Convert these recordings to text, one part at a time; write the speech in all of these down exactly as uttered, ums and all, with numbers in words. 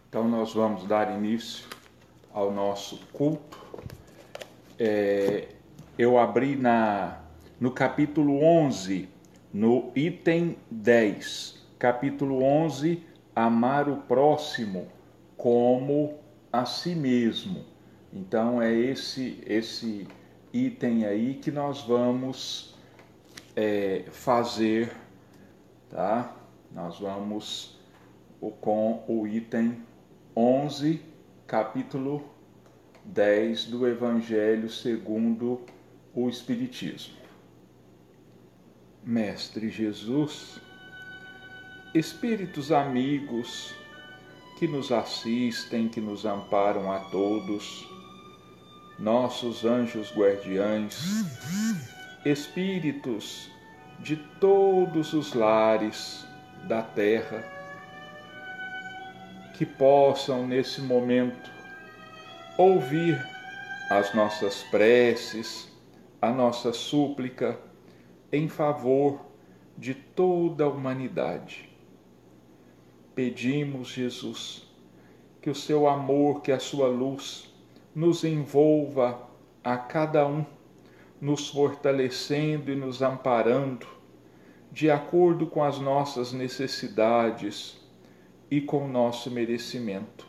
Então nós vamos dar início ao nosso culto. É, eu abri na, no capítulo onze, no item dez. Capítulo onze, amar o próximo como a si mesmo. Então é esse, esse item aí que nós vamos é, fazer, tá? Nós vamos com o item onze, capítulo dez do Evangelho segundo o Espiritismo. Mestre Jesus, espíritos amigos que nos assistem, que nos amparam a todos, nossos anjos guardiães, espíritos de todos os lares da terra, que possam nesse momento ouvir as nossas preces, a nossa súplica em favor de toda a humanidade. Pedimos, Jesus, que o seu amor, que a sua luz nos envolva a cada um, nos fortalecendo e nos amparando de acordo com as nossas necessidades e com o nosso merecimento.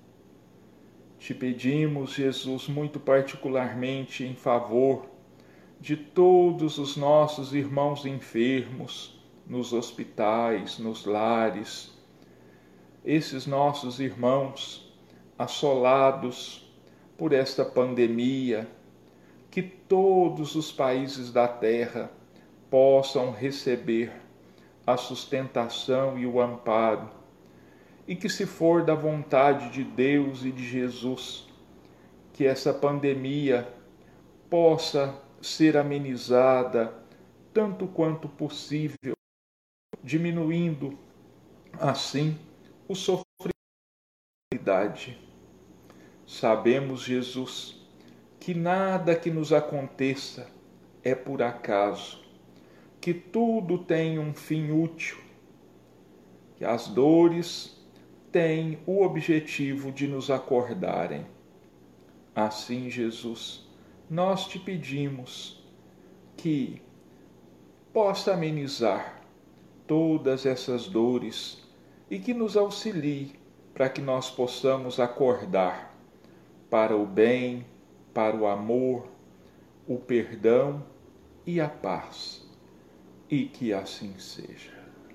Te pedimos, Jesus, muito particularmente em favor de todos os nossos irmãos enfermos nos hospitais, nos lares, esses nossos irmãos assolados por esta pandemia, que todos os países da terra possam receber a sustentação e o amparo, e que, se for da vontade de Deus e de Jesus, que essa pandemia possa ser amenizada tanto quanto possível, diminuindo assim o sofrimento da humanidade. Sabemos, Jesus, que nada que nos aconteça é por acaso, que tudo tem um fim útil, que as dores têm o objetivo de nos acordarem. Assim, Jesus, nós te pedimos que possa amenizar todas essas dores e que nos auxilie para que nós possamos acordar para o bem, para o amor, o perdão e a paz. E que assim seja.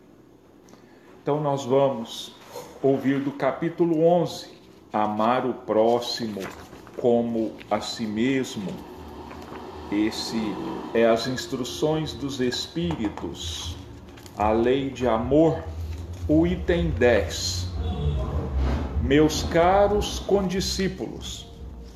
Então nós vamos ouvir do capítulo onze, amar o próximo como a si mesmo. Esse é as instruções dos Espíritos, a lei de amor, o item dez. Meus caros condiscípulos,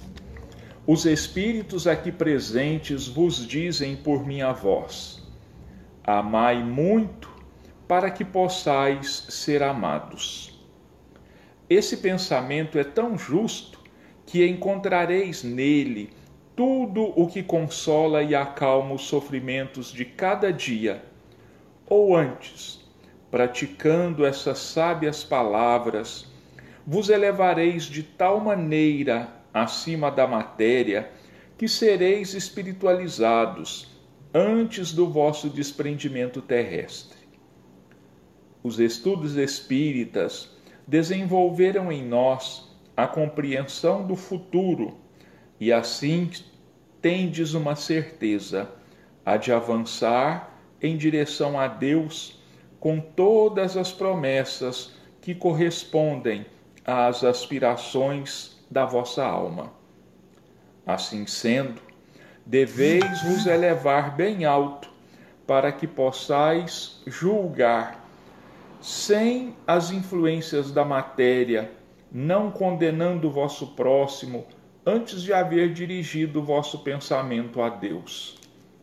os Espíritos aqui presentes vos dizem por minha voz: amai muito para que possais ser amados. Esse pensamento é tão justo que encontrareis nele tudo o que consola e acalma os sofrimentos de cada dia. Ou antes, praticando essas sábias palavras, vos elevareis de tal maneira acima da matéria que sereis espiritualizados antes do vosso desprendimento terrestre. Os estudos espíritas desenvolveram em nós a compreensão do futuro e assim tendes uma certeza, a de avançar em direção a Deus com todas as promessas que correspondem às aspirações da vossa alma. Assim sendo, deveis vos elevar bem alto para que possais julgar sem as influências da matéria, não condenando o vosso próximo antes de haver dirigido o vosso pensamento a Deus.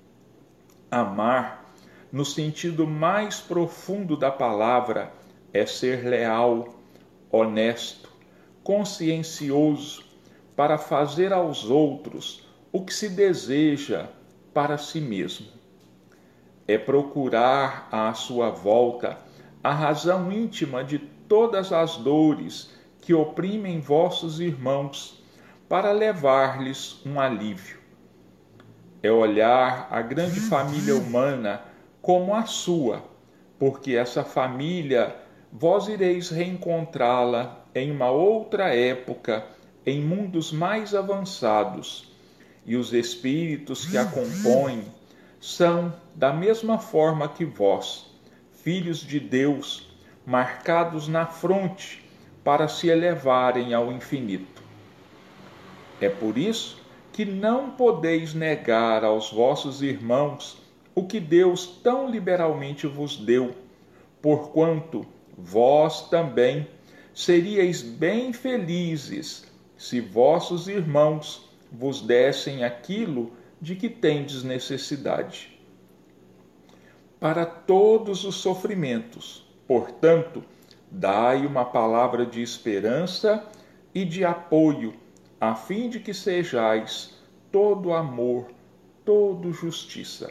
Amar, no sentido mais profundo da palavra, é ser leal, honesto, consciencioso, para fazer aos outros o que se deseja para si mesmo. É procurar à sua volta a razão íntima de todas as dores que oprimem vossos irmãos, para levar-lhes um alívio. É olhar a grande família humana como a sua, porque essa família vós ireis reencontrá-la em uma outra época, em mundos mais avançados, e os espíritos que a compõem são da mesma forma que vós, filhos de Deus, marcados na fronte para se elevarem ao infinito. É por isso que não podeis negar aos vossos irmãos o que Deus tão liberalmente vos deu, porquanto vós também seríeis bem felizes se vossos irmãos vos dessem aquilo de que tendes necessidade. Para todos os sofrimentos, portanto, dai uma palavra de esperança e de apoio, a fim de que sejais todo amor, todo justiça.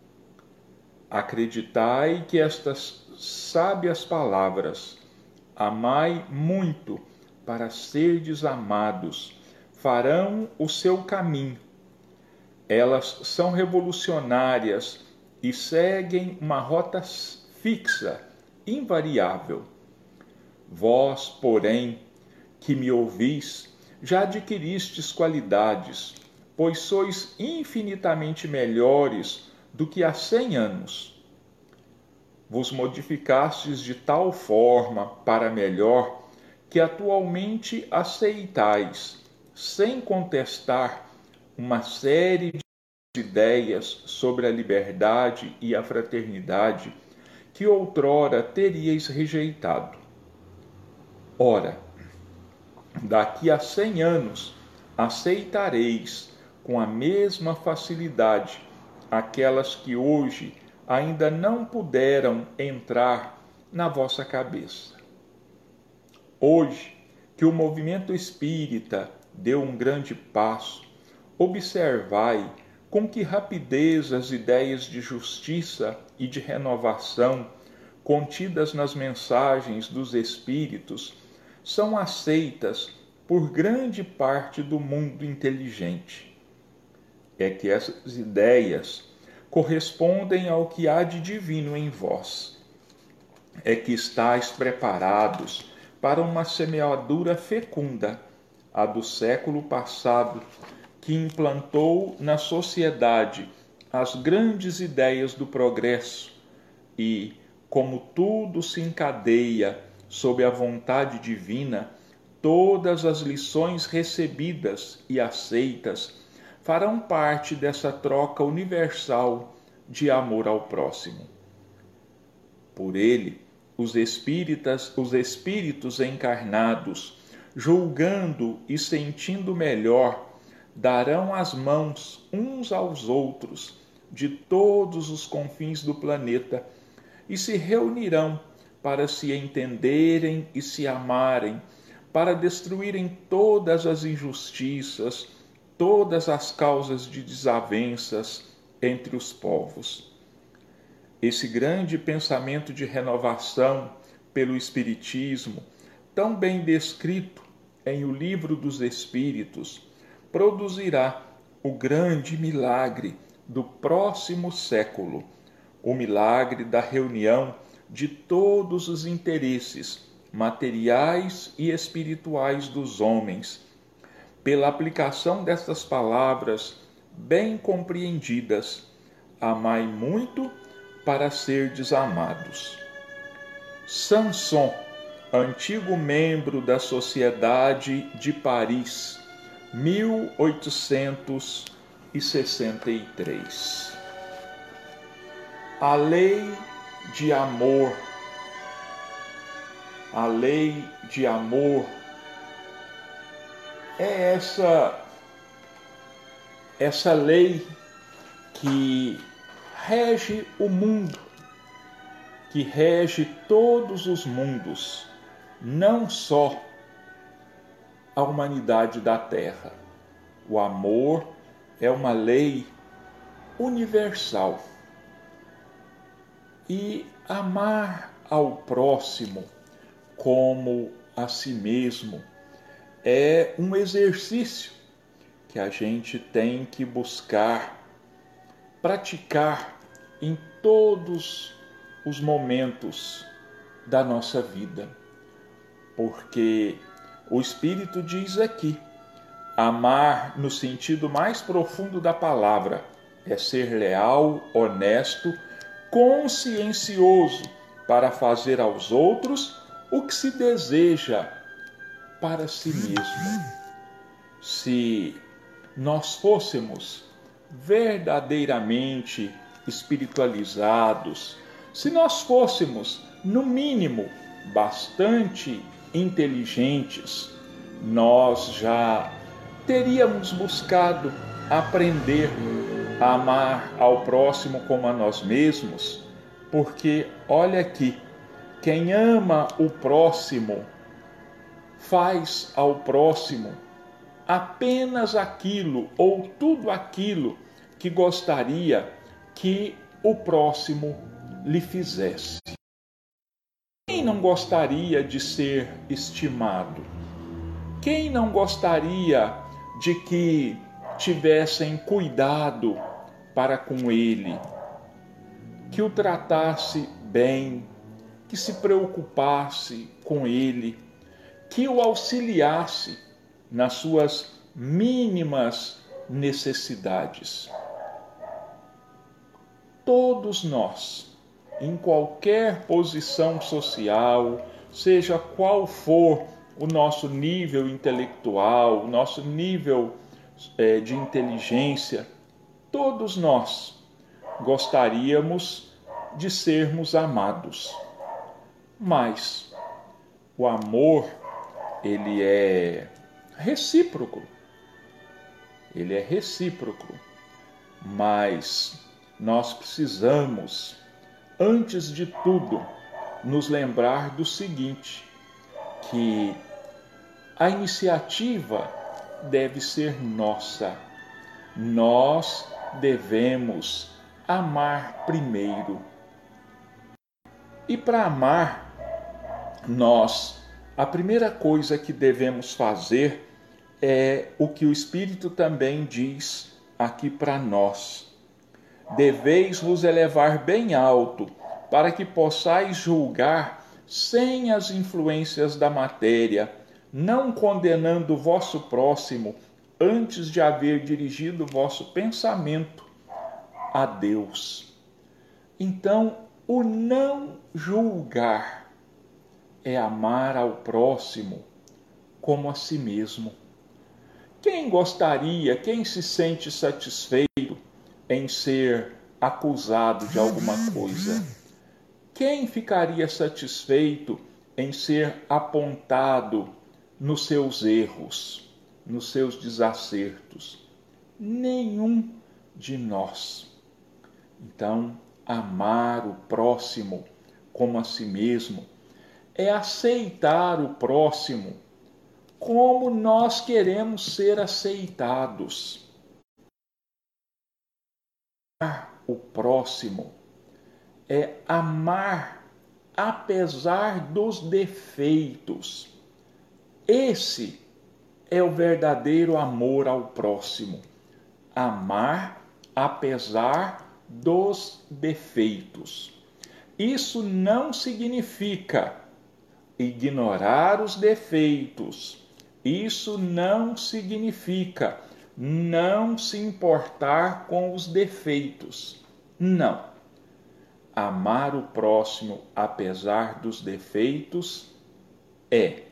Acreditai que estas sábias palavras, amai muito para serdes amados, farão o seu caminho. Elas são revolucionárias e seguem uma rota fixa, invariável. Vós, porém, que me ouvis, já adquiristes qualidades, pois sois infinitamente melhores do que há cem anos. Vos modificastes de tal forma para melhor que atualmente aceitais, sem contestar, uma série de ideias sobre a liberdade e a fraternidade que outrora teríeis rejeitado. Ora, daqui a cem anos aceitareis com a mesma facilidade aquelas que hoje ainda não puderam entrar na vossa cabeça. Hoje, que o movimento espírita deu um grande passo, observai com que rapidez as ideias de justiça e de renovação contidas nas mensagens dos espíritos são aceitas por grande parte do mundo inteligente. É que essas ideias correspondem ao que há de divino em vós. É que estáis preparados para uma semeadura fecunda, a do século passado, que implantou na sociedade as grandes ideias do progresso e, como tudo se encadeia sob a vontade divina, todas as lições recebidas e aceitas farão parte dessa troca universal de amor ao próximo. Por ele, os espíritas, os espíritos encarnados, julgando e sentindo melhor, darão as mãos uns aos outros de todos os confins do planeta e se reunirão para se entenderem e se amarem, para destruírem todas as injustiças, todas as causas de desavenças entre os povos. Esse grande pensamento de renovação pelo Espiritismo, tão bem descrito em O Livro dos Espíritos, produzirá o grande milagre do próximo século, o milagre da reunião de todos os interesses materiais e espirituais dos homens, pela aplicação destas palavras bem compreendidas: amai muito para serdes amados. Samson, antigo membro da Sociedade de Paris, mil oitocentos e sessenta e três. A lei de amor, a lei de amor é essa, essa lei que rege o mundo, que rege todos os mundos, não só a humanidade da Terra. O amor é uma lei universal. E amar ao próximo como a si mesmo é um exercício que a gente tem que buscar, praticar em todos os momentos da nossa vida. Porque o Espírito diz aqui, amar no sentido mais profundo da palavra é ser leal, honesto, consciencioso para fazer aos outros o que se deseja para si mesmo. Se nós fôssemos verdadeiramente espiritualizados, se nós fôssemos, no mínimo, bastante inteligentes, nós já teríamos buscado aprender a amar ao próximo como a nós mesmos, porque, olha aqui, quem ama o próximo faz ao próximo apenas aquilo ou tudo aquilo que gostaria que o próximo lhe fizesse. Quem não gostaria de ser estimado? Quem não gostaria de que tivessem cuidado para com ele, que o tratasse bem, que se preocupasse com ele, que o auxiliasse nas suas mínimas necessidades? Todos nós, em qualquer posição social, seja qual for o nosso nível intelectual, o nosso nível é, de inteligência, todos nós gostaríamos de sermos amados. Mas o amor, ele é recíproco. Ele é recíproco. Mas nós precisamos, antes de tudo, nos lembrar do seguinte, que a iniciativa deve ser nossa. Nós devemos amar primeiro. E para amar, nós, a primeira coisa que devemos fazer é o que o Espírito também diz aqui para nós. Deveis vos elevar bem alto, para que possais julgar sem as influências da matéria, não condenando o vosso próximo antes de haver dirigido o vosso pensamento a Deus. Então, o não julgar é amar ao próximo como a si mesmo. Quem gostaria, quem se sente satisfeito em ser acusado de alguma coisa? Quem ficaria satisfeito em ser apontado nos seus erros, nos seus desacertos? Nenhum de nós. Então, amar o próximo como a si mesmo é aceitar o próximo como nós queremos ser aceitados. Amar o próximo é amar apesar dos defeitos. Esse é o verdadeiro amor ao próximo. Amar apesar dos defeitos. Isso não significa ignorar os defeitos. Isso não significa não se importar com os defeitos. Não. Amar o próximo apesar dos defeitos é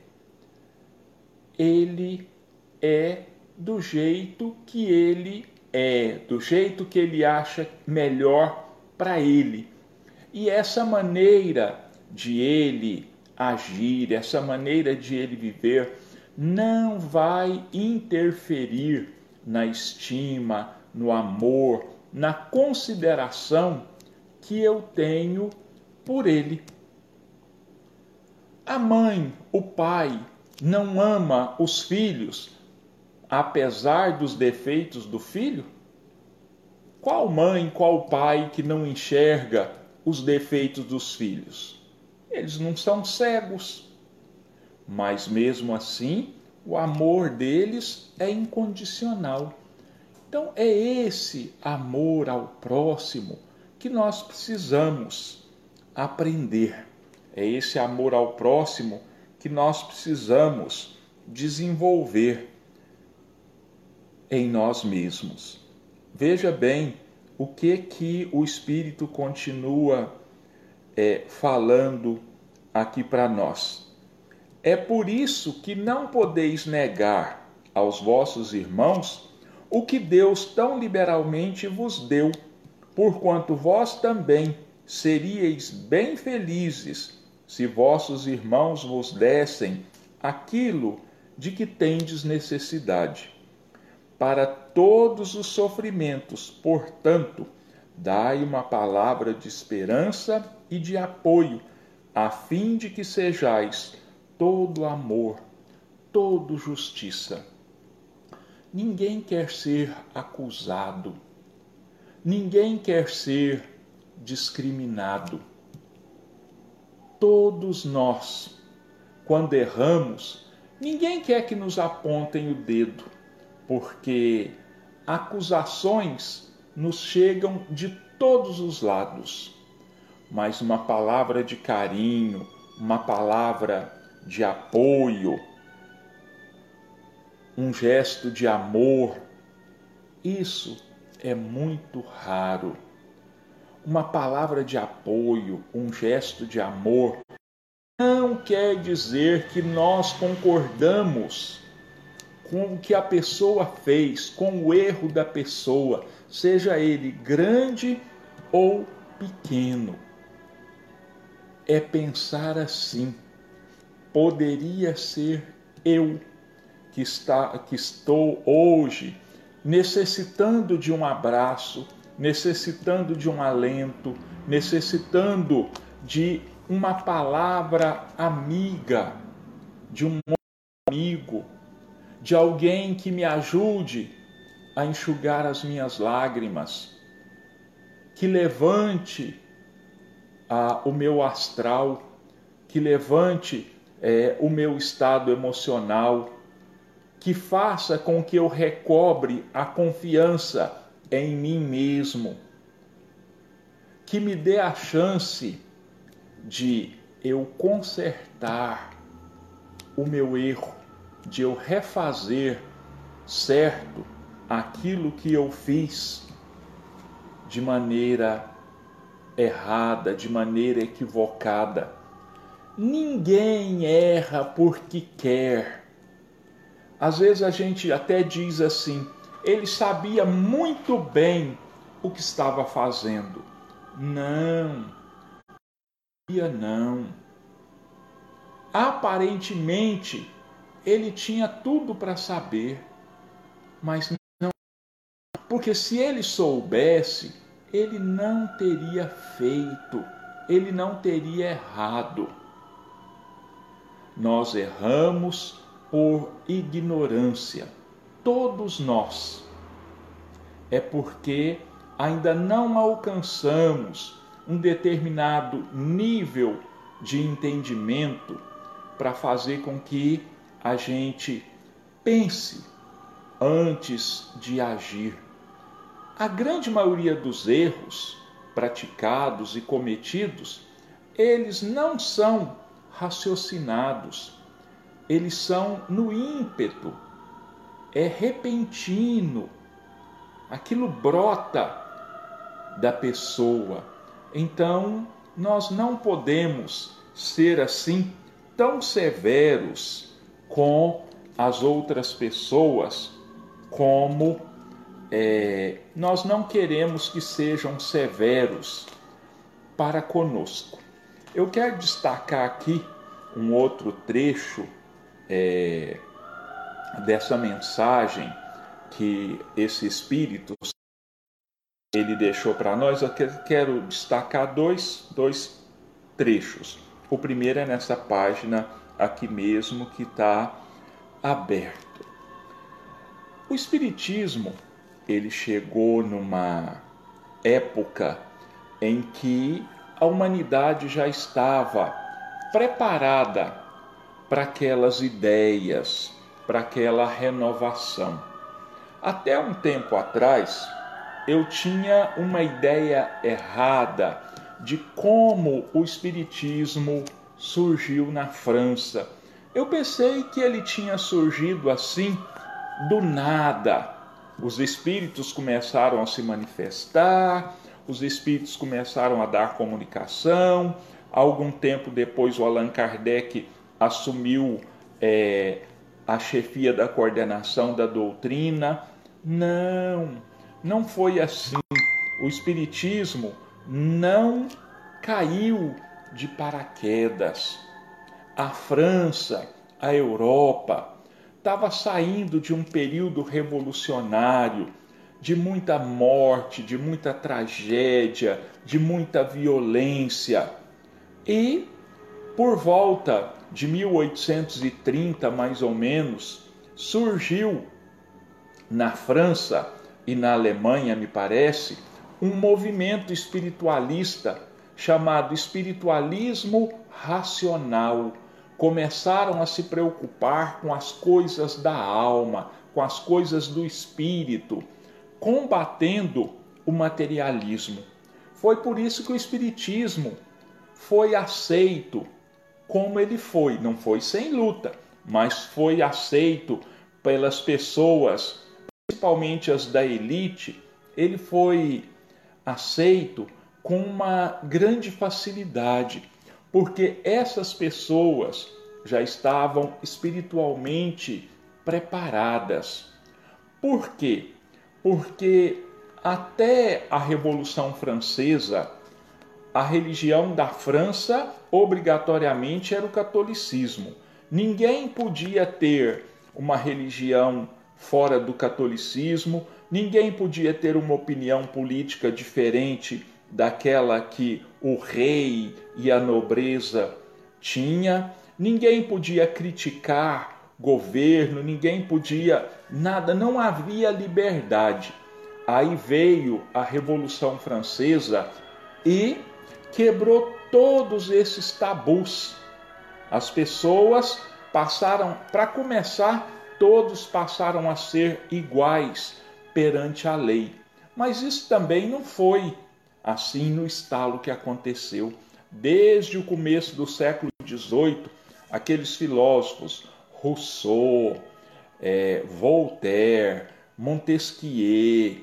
ele é do jeito que ele é, do jeito que ele acha melhor para ele. E essa maneira de ele agir, essa maneira de ele viver, não vai interferir na estima, no amor, na consideração que eu tenho por ele. A mãe, o pai, não ama os filhos apesar dos defeitos do filho? Qual mãe, qual pai que não enxerga os defeitos dos filhos? Eles não são cegos. mas mesmo assim o amor deles é incondicional. Então é esse amor ao próximo que nós precisamos aprender. É esse amor ao próximo que nós precisamos desenvolver em nós mesmos. Veja bem o que que o Espírito continua é, falando aqui para nós. É por isso que não podeis negar aos vossos irmãos o que Deus tão liberalmente vos deu, porquanto vós também seríeis bem felizes se vossos irmãos vos dessem aquilo de que tendes necessidade. Para todos os sofrimentos, portanto, dai uma palavra de esperança e de apoio, a fim de que sejais todo amor, todo justiça. Ninguém quer ser acusado, ninguém quer ser discriminado. Todos nós, quando erramos, ninguém quer que nos apontem o dedo, porque acusações nos chegam de todos os lados. Mas uma palavra de carinho, uma palavra de apoio, um gesto de amor, isso é muito raro. Uma palavra de apoio, um gesto de amor, não quer dizer que nós concordamos com o que a pessoa fez, com o erro da pessoa, seja ele grande ou pequeno. É pensar assim: poderia ser eu que, está, que estou hoje necessitando de um abraço, necessitando de um alento, necessitando de uma palavra amiga, de um amigo, de alguém que me ajude a enxugar as minhas lágrimas, que levante ah, o meu astral, que levante é, o meu estado emocional, que faça com que eu recobre a confiança em mim mesmo, que me dê a chance de eu consertar o meu erro, de eu refazer certo aquilo que eu fiz de maneira errada, de maneira equivocada. Ninguém erra porque quer. Às vezes a gente até diz assim: ele sabia muito bem o que estava fazendo. Não, não. Aparentemente, ele tinha tudo para saber, mas não. Porque se ele soubesse, ele não teria feito, ele não teria errado. Nós erramos por ignorância, todos nós. É porque ainda não alcançamos um determinado nível de entendimento para fazer com que a gente pense antes de agir. A grande maioria dos erros praticados e cometidos, eles não são raciocinados, eles são no ímpeto, é repentino, aquilo brota da pessoa. Então, nós não podemos ser assim tão severos com as outras pessoas como é, nós não queremos que sejam severos para conosco. Eu quero destacar aqui um outro trecho é, dessa mensagem que esse Espírito ele deixou para nós. Eu quero destacar dois, dois trechos. O primeiro é nessa página aqui mesmo que está aberto. O Espiritismo ele chegou numa época em que a humanidade já estava preparada para aquelas ideias, para aquela renovação. Até um tempo atrás, eu tinha uma ideia errada de como o Espiritismo surgiu na França. Eu pensei que ele tinha surgido assim, do nada. Os espíritos começaram a se manifestar, os espíritos começaram a dar comunicação. Algum tempo depois, o Allan Kardec assumiu é, a chefia da coordenação da doutrina. Não, não foi assim. O Espiritismo não caiu de paraquedas. A França, a Europa, estava saindo de um período revolucionário, de muita morte, de muita tragédia, de muita violência. E, por volta de mil oitocentos e trinta, mais ou menos, surgiu na França e na Alemanha, me parece, um movimento espiritualista chamado espiritualismo racional. Começaram a se preocupar com as coisas da alma, com as coisas do espírito, combatendo o materialismo. Foi por isso que o espiritismo foi aceito como ele foi. Não foi sem luta, mas foi aceito pelas pessoas, principalmente as da elite. Ele foi aceito com uma grande facilidade, porque essas pessoas já estavam espiritualmente preparadas. Por quê? Porque até a Revolução Francesa, a religião da França obrigatoriamente era o catolicismo. Ninguém podia ter uma religião fora do catolicismo, ninguém podia ter uma opinião política diferente daquela que o rei e a nobreza tinha, ninguém podia criticar governo, ninguém podia nada, não havia liberdade. Aí veio a Revolução Francesa e quebrou todos esses tabus. As pessoas passaram, para começar, todos passaram a ser iguais perante a lei. Mas isso também não foi assim no estalo que aconteceu. Desde o começo do século dezoito, aqueles filósofos, Rousseau, é, Voltaire, Montesquieu,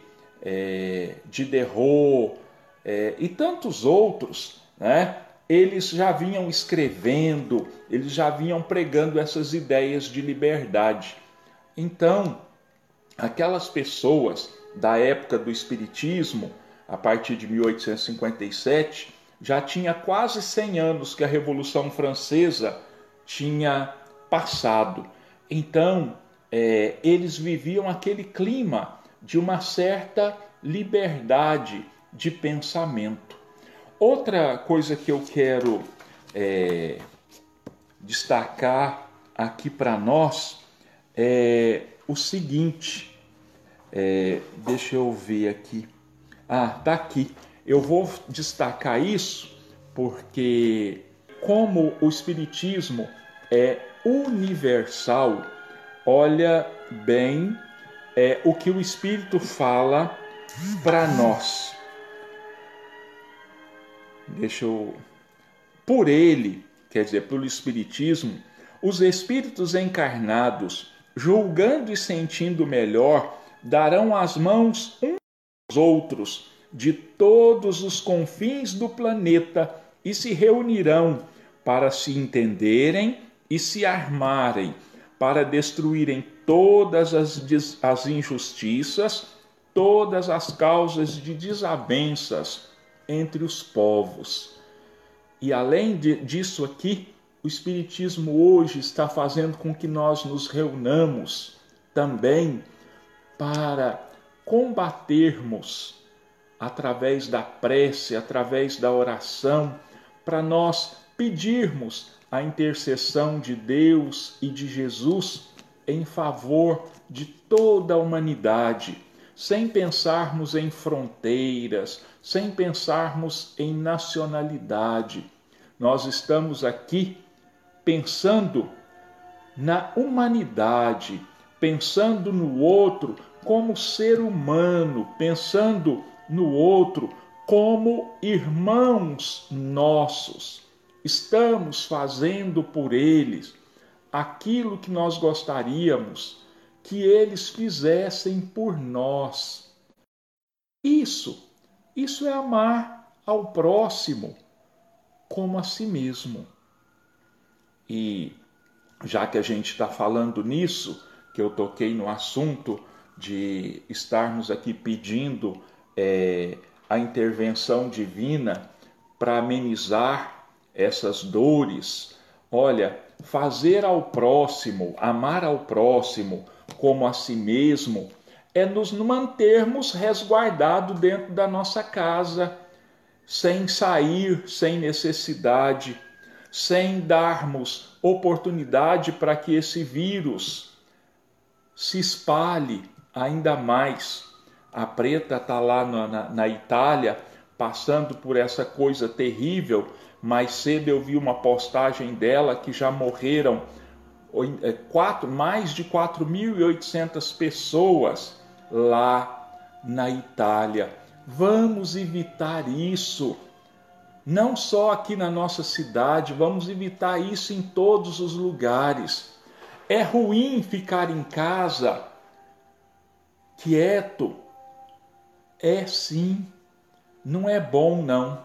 é, Diderot é, e tantos outros, né? Eles já vinham escrevendo, eles já vinham pregando essas ideias de liberdade. Então, aquelas pessoas da época do Espiritismo, a partir de mil oitocentos e cinquenta e sete, já tinha quase cem anos que a Revolução Francesa tinha passado. Então, é, eles viviam aquele clima de uma certa liberdade de pensamento. Outra coisa que eu quero é, destacar aqui para nós é o seguinte, é, deixa eu ver aqui, ah, tá aqui, eu vou destacar isso porque como o Espiritismo é universal, olha bem é, o que o Espírito fala para nós. Deixa eu... Por ele, quer dizer, pelo Espiritismo, os espíritos encarnados, julgando e sentindo melhor, darão as mãos uns aos outros de todos os confins do planeta e se reunirão para se entenderem e se armarem, para destruírem todas as, as injustiças, todas as causas de desavenças entre os povos. E além de, disso aqui, o Espiritismo hoje está fazendo com que nós nos reunamos também para combatermos através da prece, através da oração, para nós pedirmos a intercessão de Deus e de Jesus em favor de toda a humanidade, sem pensarmos em fronteiras, sem pensarmos em nacionalidade. Nós estamos aqui pensando na humanidade, pensando no outro como ser humano, pensando no outro como irmãos nossos. Estamos fazendo por eles aquilo que nós gostaríamos que eles fizessem por nós. Isso, isso é amar ao próximo como a si mesmo. E já que a gente está falando nisso, que eu toquei no assunto de estarmos aqui pedindo é, a intervenção divina para amenizar essas dores, olha, fazer ao próximo, amar ao próximo como a si mesmo, é nos mantermos resguardados dentro da nossa casa, sem sair, sem necessidade, sem darmos oportunidade para que esse vírus se espalhe ainda mais. A Preta está lá na, na, na Itália, passando por essa coisa terrível. Mais cedo eu vi uma postagem dela que já morreram quatro, mais de quatro mil e oitocentas pessoas lá na Itália. Vamos evitar isso. Não só aqui na nossa cidade, vamos evitar isso em todos os lugares. É ruim ficar em casa quieto. É sim, não é bom não.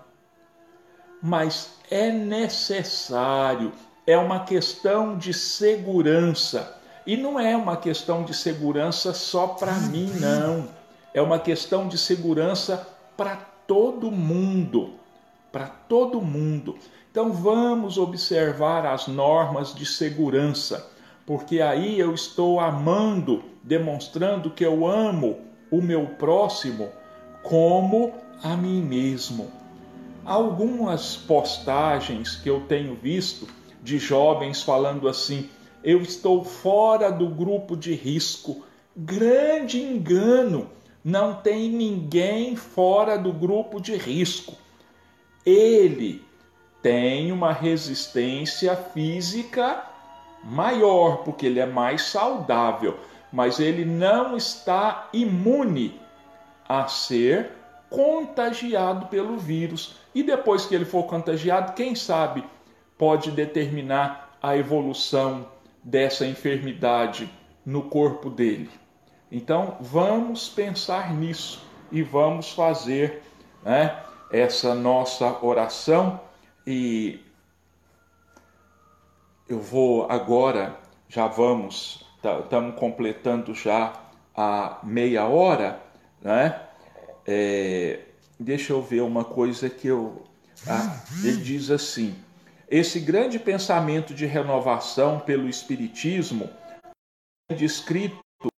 Mas é necessário, é uma questão de segurança. E não é uma questão de segurança só para mim, não. É uma questão de segurança para todo mundo. Para todo mundo. Então vamos observar as normas de segurança, porque aí eu estou amando, demonstrando que eu amo o meu próximo como a mim mesmo. Algumas postagens que eu tenho visto de jovens falando assim: eu estou fora do grupo de risco. Grande engano! Não tem ninguém fora do grupo de risco. Ele tem uma resistência física maior, porque ele é mais saudável, mas ele não está imune a ser contagiado pelo vírus. E depois que ele for contagiado, quem sabe pode determinar a evolução dessa enfermidade no corpo dele. Então vamos pensar nisso e vamos fazer, né, essa nossa oração. E eu vou agora, já vamos, estamos completando já a meia hora, né? É, deixa eu ver uma coisa que eu... Ah, ele diz assim: esse grande pensamento de renovação pelo Espiritismo, descrito pelos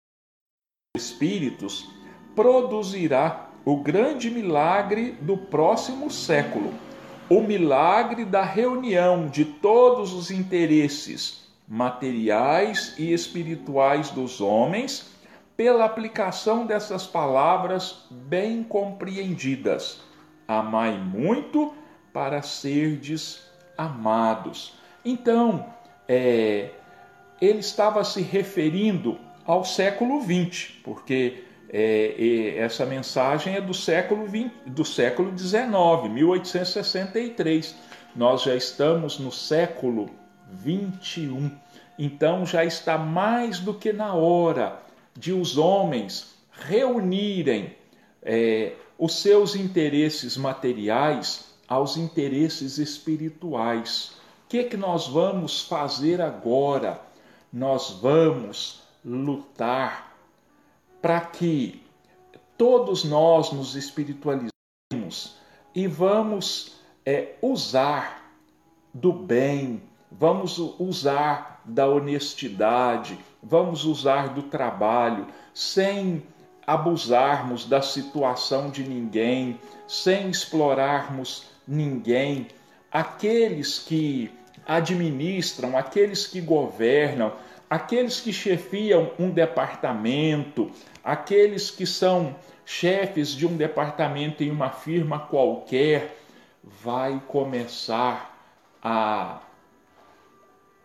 Espíritos, produzirá o grande milagre do próximo século, o milagre da reunião de todos os interesses materiais e espirituais dos homens, pela aplicação dessas palavras bem compreendidas: amai muito para serdes amados. Então, é, ele estava se referindo ao século vinte, porque é, é, essa mensagem é do século vinte, do século dezenove, mil oitocentos e sessenta e três. Nós já estamos no século vinte e um. Então já está mais do que na hora de os homens reunirem é, os seus interesses materiais aos interesses espirituais. O que, que nós vamos fazer agora? Nós vamos lutar para que todos nós nos espiritualizemos e vamos é, usar do bem, vamos usar da honestidade, vamos usar do trabalho, sem abusarmos da situação de ninguém, sem explorarmos ninguém. Aqueles que administram, aqueles que governam, aqueles que chefiam um departamento, aqueles que são chefes de um departamento em uma firma qualquer, vai começar a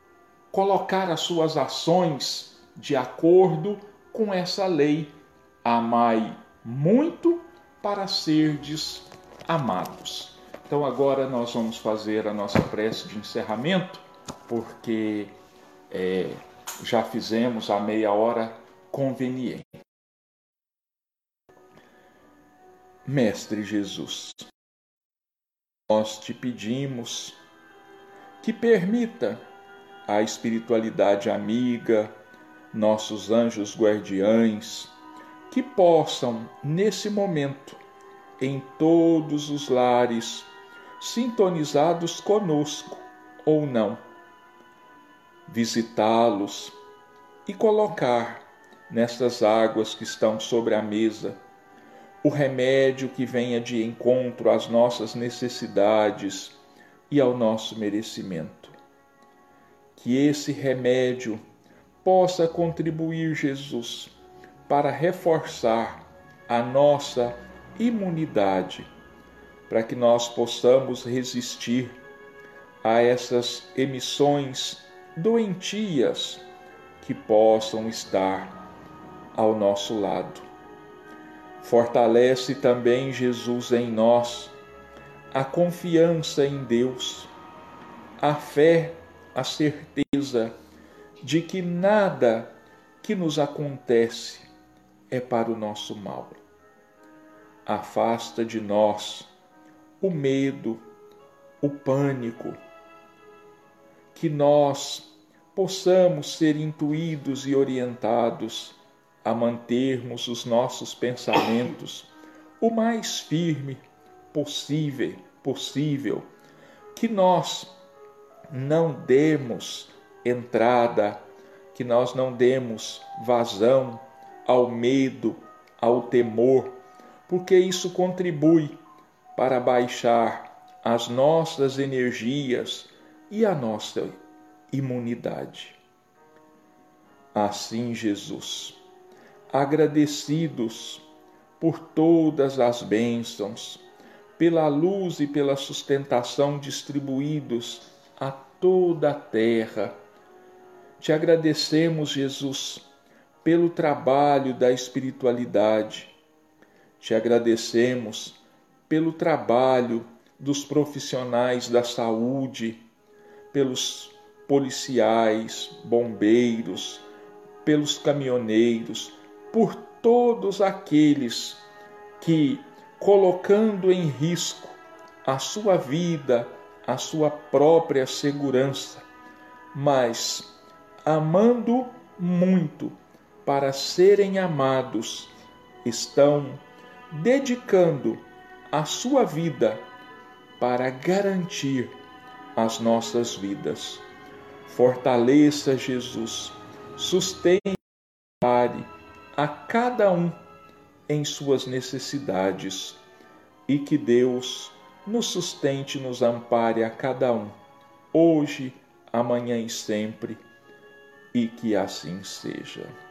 colocar as suas ações de acordo com essa lei. Amai muito para serdes amados. Então agora nós vamos fazer a nossa prece de encerramento, porque é, já fizemos a meia hora conveniente. Mestre Jesus, nós te pedimos que permita a espiritualidade amiga, nossos anjos guardiães, que possam, nesse momento, em todos os lares, sintonizados conosco ou não, visitá-los e colocar nestas águas que estão sobre a mesa o remédio que venha de encontro às nossas necessidades e ao nosso merecimento. Que esse remédio possa contribuir, Jesus, para reforçar a nossa imunidade, para que nós possamos resistir a essas emissões doentias que possam estar ao nosso lado. Fortalece também, Jesus, em nós a confiança em Deus, a fé, a certeza de que nada que nos acontece é para o nosso mal. Afasta de nós o medo, o pânico, que nós possamos ser intuídos e orientados a mantermos os nossos pensamentos o mais firme possível, possível, que nós não demos entrada, que nós não demos vazão ao medo, ao temor, porque isso contribui para baixar as nossas energias e a nossa imunidade. Assim, Jesus, agradecidos por todas as bênçãos, pela luz e pela sustentação distribuídos a toda a terra, te agradecemos, Jesus, pelo trabalho da espiritualidade. Te agradecemos pelo trabalho dos profissionais da saúde, pelos policiais, bombeiros, pelos caminhoneiros, por todos aqueles que, colocando em risco a sua vida, a sua própria segurança, mas amando muito para serem amados, estão dedicando a sua vida para garantir as nossas vidas. Fortaleça, Jesus, sustente a cada um em suas necessidades e que Deus nos sustente e nos ampare a cada um, hoje, amanhã e sempre, e que assim seja.